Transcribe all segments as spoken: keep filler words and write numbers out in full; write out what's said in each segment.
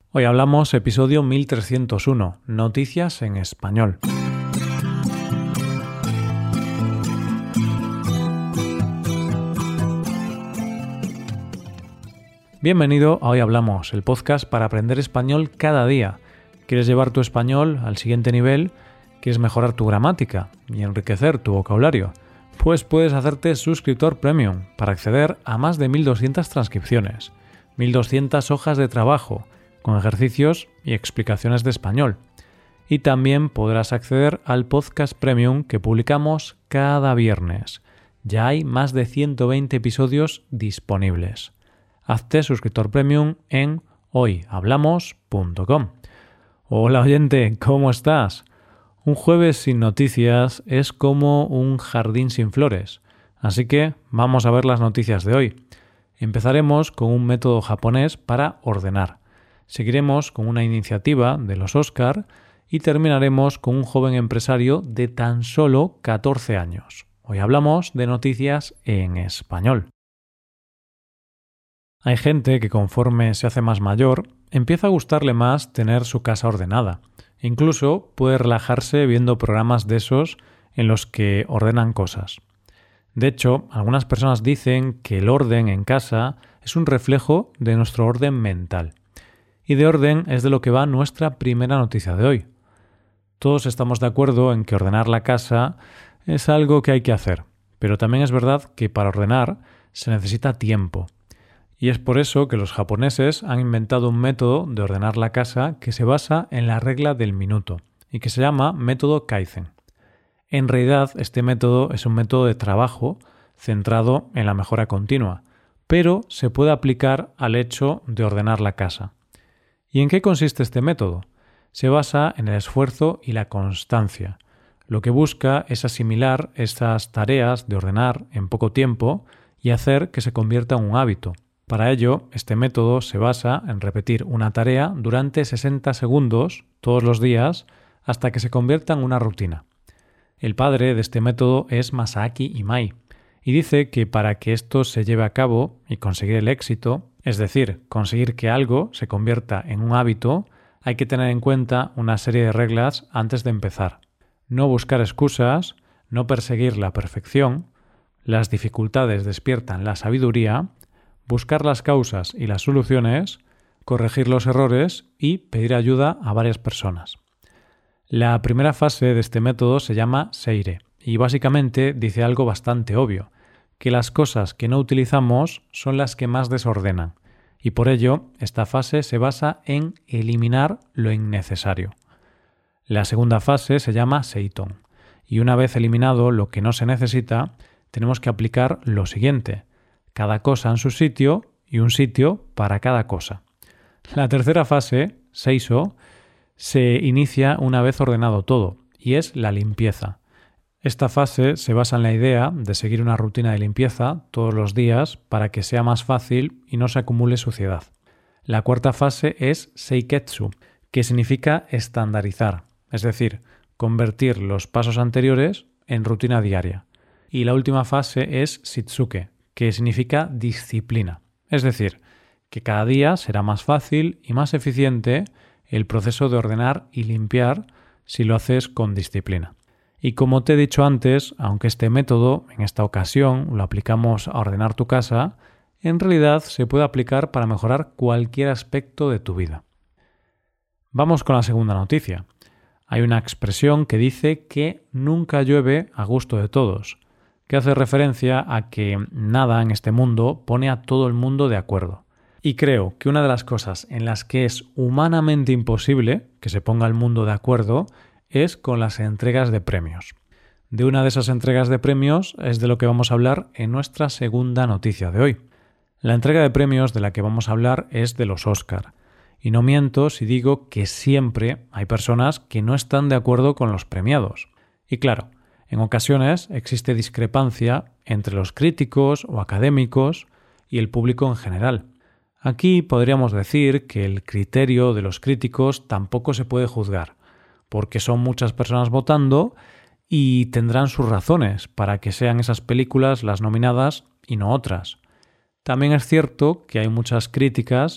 Hoy hablamos episodio mil trescientos uno, Noticias en Español. Bienvenido a Hoy Hablamos, el podcast para aprender español cada día. ¿Quieres llevar tu español al siguiente nivel? ¿Quieres mejorar tu gramática y enriquecer tu vocabulario? Pues puedes hacerte suscriptor premium para acceder a más de mil doscientas transcripciones, mil doscientas hojas de trabajo, con ejercicios y explicaciones de español. Y también podrás acceder al podcast premium que publicamos cada viernes. Ya hay más de ciento veinte episodios disponibles. Hazte suscriptor premium en hoy hablamos punto com. Hola oyente, ¿cómo estás? Un jueves sin noticias es como un jardín sin flores. Así que vamos a ver las noticias de hoy. Empezaremos con un método japonés para ordenar. Seguiremos con una iniciativa de los Oscar y terminaremos con un joven empresario de tan solo catorce años. Hoy hablamos de noticias en español. Hay gente que conforme se hace más mayor, empieza a gustarle más tener su casa ordenada. Incluso puede relajarse viendo programas de esos en los que ordenan cosas. De hecho, algunas personas dicen que el orden en casa es un reflejo de nuestro orden mental. Y de orden es de lo que va nuestra primera noticia de hoy. Todos estamos de acuerdo en que ordenar la casa es algo que hay que hacer, pero también es verdad que para ordenar se necesita tiempo. Y es por eso que los japoneses han inventado un método de ordenar la casa que se basa en la regla del minuto y que se llama método Kaizen. En realidad, este método es un método de trabajo centrado en la mejora continua, pero se puede aplicar al hecho de ordenar la casa. ¿Y en qué consiste este método? Se basa en el esfuerzo y la constancia. Lo que busca es asimilar estas tareas de ordenar en poco tiempo y hacer que se convierta en un hábito. Para ello, este método se basa en repetir una tarea durante sesenta segundos todos los días hasta que se convierta en una rutina. El padre de este método es Masaaki Imai y dice que para que esto se lleve a cabo y conseguir el éxito, es decir, conseguir que algo se convierta en un hábito, hay que tener en cuenta una serie de reglas antes de empezar. No buscar excusas, no perseguir la perfección, las dificultades despiertan la sabiduría, buscar las causas y las soluciones, corregir los errores y pedir ayuda a varias personas. La primera fase de este método se llama Seire y básicamente dice algo bastante obvio, que las cosas que no utilizamos son las que más desordenan y por ello esta fase se basa en eliminar lo innecesario. La segunda fase se llama Seiton y una vez eliminado lo que no se necesita, tenemos que aplicar lo siguiente: cada cosa en su sitio y un sitio para cada cosa. La tercera fase, Seiso, se inicia una vez ordenado todo y es la limpieza. Esta fase se basa en la idea de seguir una rutina de limpieza todos los días para que sea más fácil y no se acumule suciedad. La cuarta fase es Seiketsu, que significa estandarizar, es decir, convertir los pasos anteriores en rutina diaria. Y la última fase es Shitsuke, que significa disciplina, es decir, que cada día será más fácil y más eficiente el proceso de ordenar y limpiar si lo haces con disciplina. Y como te he dicho antes, aunque este método, en esta ocasión, lo aplicamos a ordenar tu casa, en realidad se puede aplicar para mejorar cualquier aspecto de tu vida. Vamos con la segunda noticia. Hay una expresión que dice que nunca llueve a gusto de todos, que hace referencia a que nada en este mundo pone a todo el mundo de acuerdo. Y creo que una de las cosas en las que es humanamente imposible que se ponga el mundo de acuerdo es con las entregas de premios. De una de esas entregas de premios es de lo que vamos a hablar en nuestra segunda noticia de hoy. La entrega de premios de la que vamos a hablar es de los Oscar. Y no miento si digo que siempre hay personas que no están de acuerdo con los premiados. Y claro, en ocasiones existe discrepancia entre los críticos o académicos y el público en general. Aquí podríamos decir que el criterio de los críticos tampoco se puede juzgar, porque son muchas personas votando y tendrán sus razones para que sean esas películas las nominadas y no otras. También es cierto que hay muchas críticas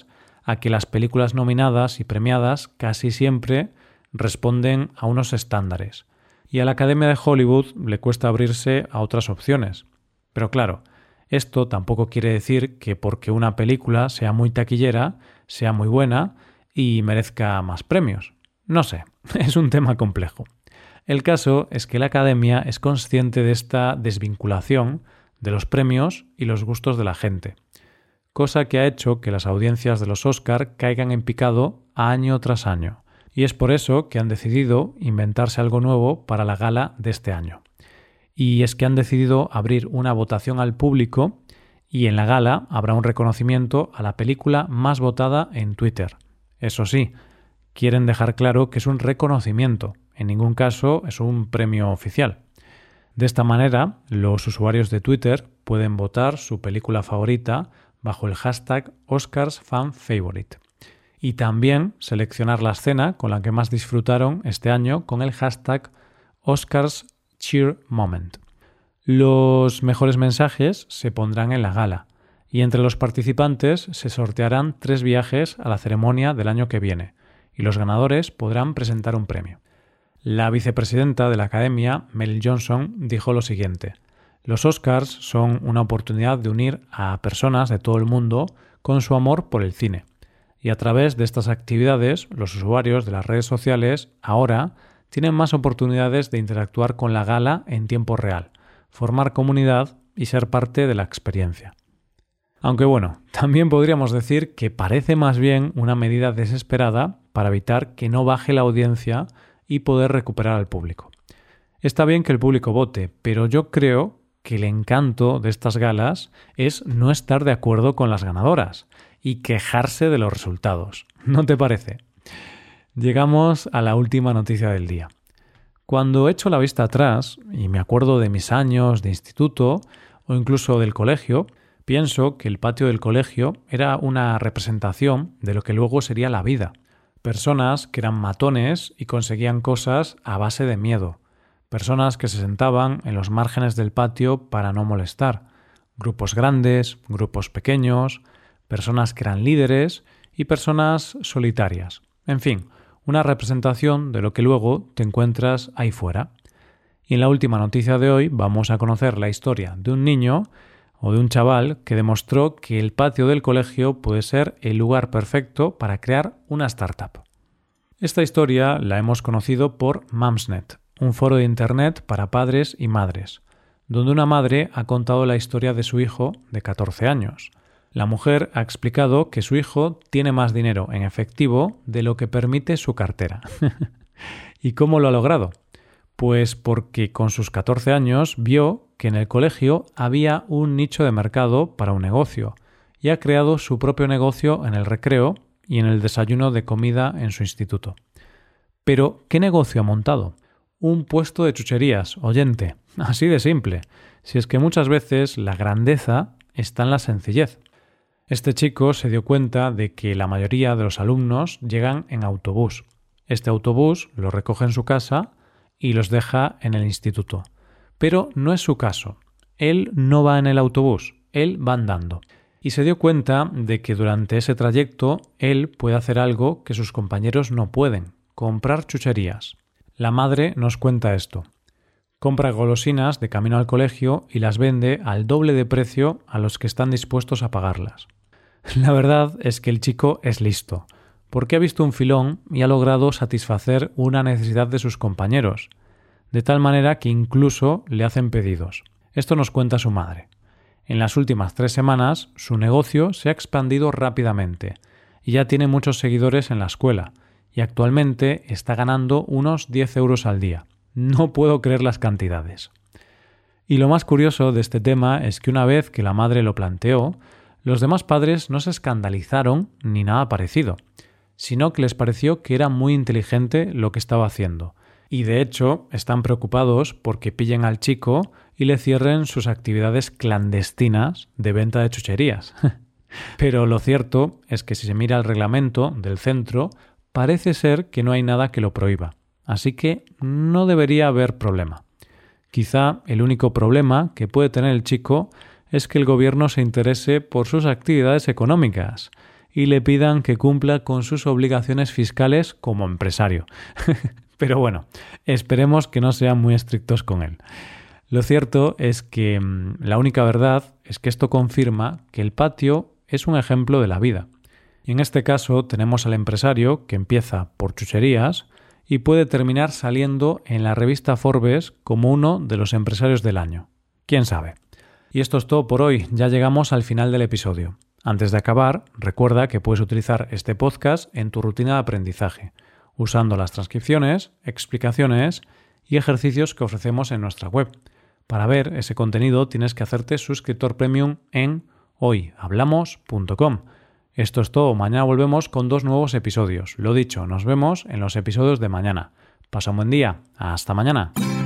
a que las películas nominadas y premiadas casi siempre responden a unos estándares, y a la Academia de Hollywood le cuesta abrirse a otras opciones. Pero claro, esto tampoco quiere decir que porque una película sea muy taquillera, sea muy buena y merezca más premios. No sé, es un tema complejo. El caso es que la Academia es consciente de esta desvinculación de los premios y los gustos de la gente, cosa que ha hecho que las audiencias de los Oscar caigan en picado año tras año, y es por eso que han decidido inventarse algo nuevo para la gala de este año. Y es que han decidido abrir una votación al público y en la gala habrá un reconocimiento a la película más votada en Twitter. Eso sí, quieren dejar claro que es un reconocimiento, en ningún caso es un premio oficial. De esta manera, los usuarios de Twitter pueden votar su película favorita bajo el hashtag OscarsFanFavorite y también seleccionar la escena con la que más disfrutaron este año con el hashtag OscarsCheerMoment. Los mejores mensajes se pondrán en la gala y entre los participantes se sortearán tres viajes a la ceremonia del año que viene y los ganadores podrán presentar un premio. La vicepresidenta de la Academia, Mel Johnson, dijo lo siguiente: los Oscars son una oportunidad de unir a personas de todo el mundo con su amor por el cine. Y a través de estas actividades, los usuarios de las redes sociales ahora tienen más oportunidades de interactuar con la gala en tiempo real, formar comunidad y ser parte de la experiencia. Aunque bueno, también podríamos decir que parece más bien una medida desesperada para evitar que no baje la audiencia y poder recuperar al público. Está bien que el público vote, pero yo creo que el encanto de estas galas es no estar de acuerdo con las ganadoras y quejarse de los resultados. ¿No te parece? Llegamos a la última noticia del día. Cuando echo la vista atrás y me acuerdo de mis años de instituto o incluso del colegio, pienso que el patio del colegio era una representación de lo que luego sería la vida. Personas que eran matones y conseguían cosas a base de miedo. Personas que se sentaban en los márgenes del patio para no molestar. Grupos grandes, grupos pequeños, personas que eran líderes y personas solitarias. En fin, una representación de lo que luego te encuentras ahí fuera. Y en la última noticia de hoy vamos a conocer la historia de un niño o de un chaval que demostró que el patio del colegio puede ser el lugar perfecto para crear una startup. Esta historia la hemos conocido por Mumsnet, un foro de internet para padres y madres, donde una madre ha contado la historia de su hijo de catorce años. La mujer ha explicado que su hijo tiene más dinero en efectivo de lo que permite su cartera. ¿Y cómo lo ha logrado? Pues porque con sus catorce años vio que en el colegio había un nicho de mercado para un negocio y ha creado su propio negocio en el recreo y en el desayuno de comida en su instituto. Pero, ¿qué negocio ha montado? Un puesto de chucherías, oyente. Así de simple. Si es que muchas veces la grandeza está en la sencillez. Este chico se dio cuenta de que la mayoría de los alumnos llegan en autobús. Este autobús los recoge en su casa y los deja en el instituto. Pero no es su caso. Él no va en el autobús, él va andando. Y se dio cuenta de que durante ese trayecto él puede hacer algo que sus compañeros no pueden: comprar chucherías. La madre nos cuenta esto. Compra golosinas de camino al colegio y las vende al doble de precio a los que están dispuestos a pagarlas. La verdad es que el chico es listo, porque ha visto un filón y ha logrado satisfacer una necesidad de sus compañeros, de tal manera que incluso le hacen pedidos. Esto nos cuenta su madre. En las últimas tres semanas, su negocio se ha expandido rápidamente y ya tiene muchos seguidores en la escuela y actualmente está ganando unos diez euros al día. No puedo creer las cantidades. Y lo más curioso de este tema es que una vez que la madre lo planteó, los demás padres no se escandalizaron ni nada parecido, sino que les pareció que era muy inteligente lo que estaba haciendo. Y de hecho están preocupados porque pillen al chico y le cierren sus actividades clandestinas de venta de chucherías. Pero lo cierto es que si se mira el reglamento del centro, parece ser que no hay nada que lo prohíba. Así que no debería haber problema. Quizá el único problema que puede tener el chico es que el gobierno se interese por sus actividades económicas y le pidan que cumpla con sus obligaciones fiscales como empresario. Pero bueno, esperemos que no sean muy estrictos con él. Lo cierto es que mmm, la única verdad es que esto confirma que el patio es un ejemplo de la vida. Y en este caso tenemos al empresario que empieza por chucherías y puede terminar saliendo en la revista Forbes como uno de los empresarios del año. ¿Quién sabe? Y esto es todo por hoy, ya llegamos al final del episodio. Antes de acabar, recuerda que puedes utilizar este podcast en tu rutina de aprendizaje, usando las transcripciones, explicaciones y ejercicios que ofrecemos en nuestra web. Para ver ese contenido tienes que hacerte suscriptor premium en hoy hablamos punto com. Esto es todo, mañana volvemos con dos nuevos episodios. Lo dicho, nos vemos en los episodios de mañana. Pasa un buen día, hasta mañana.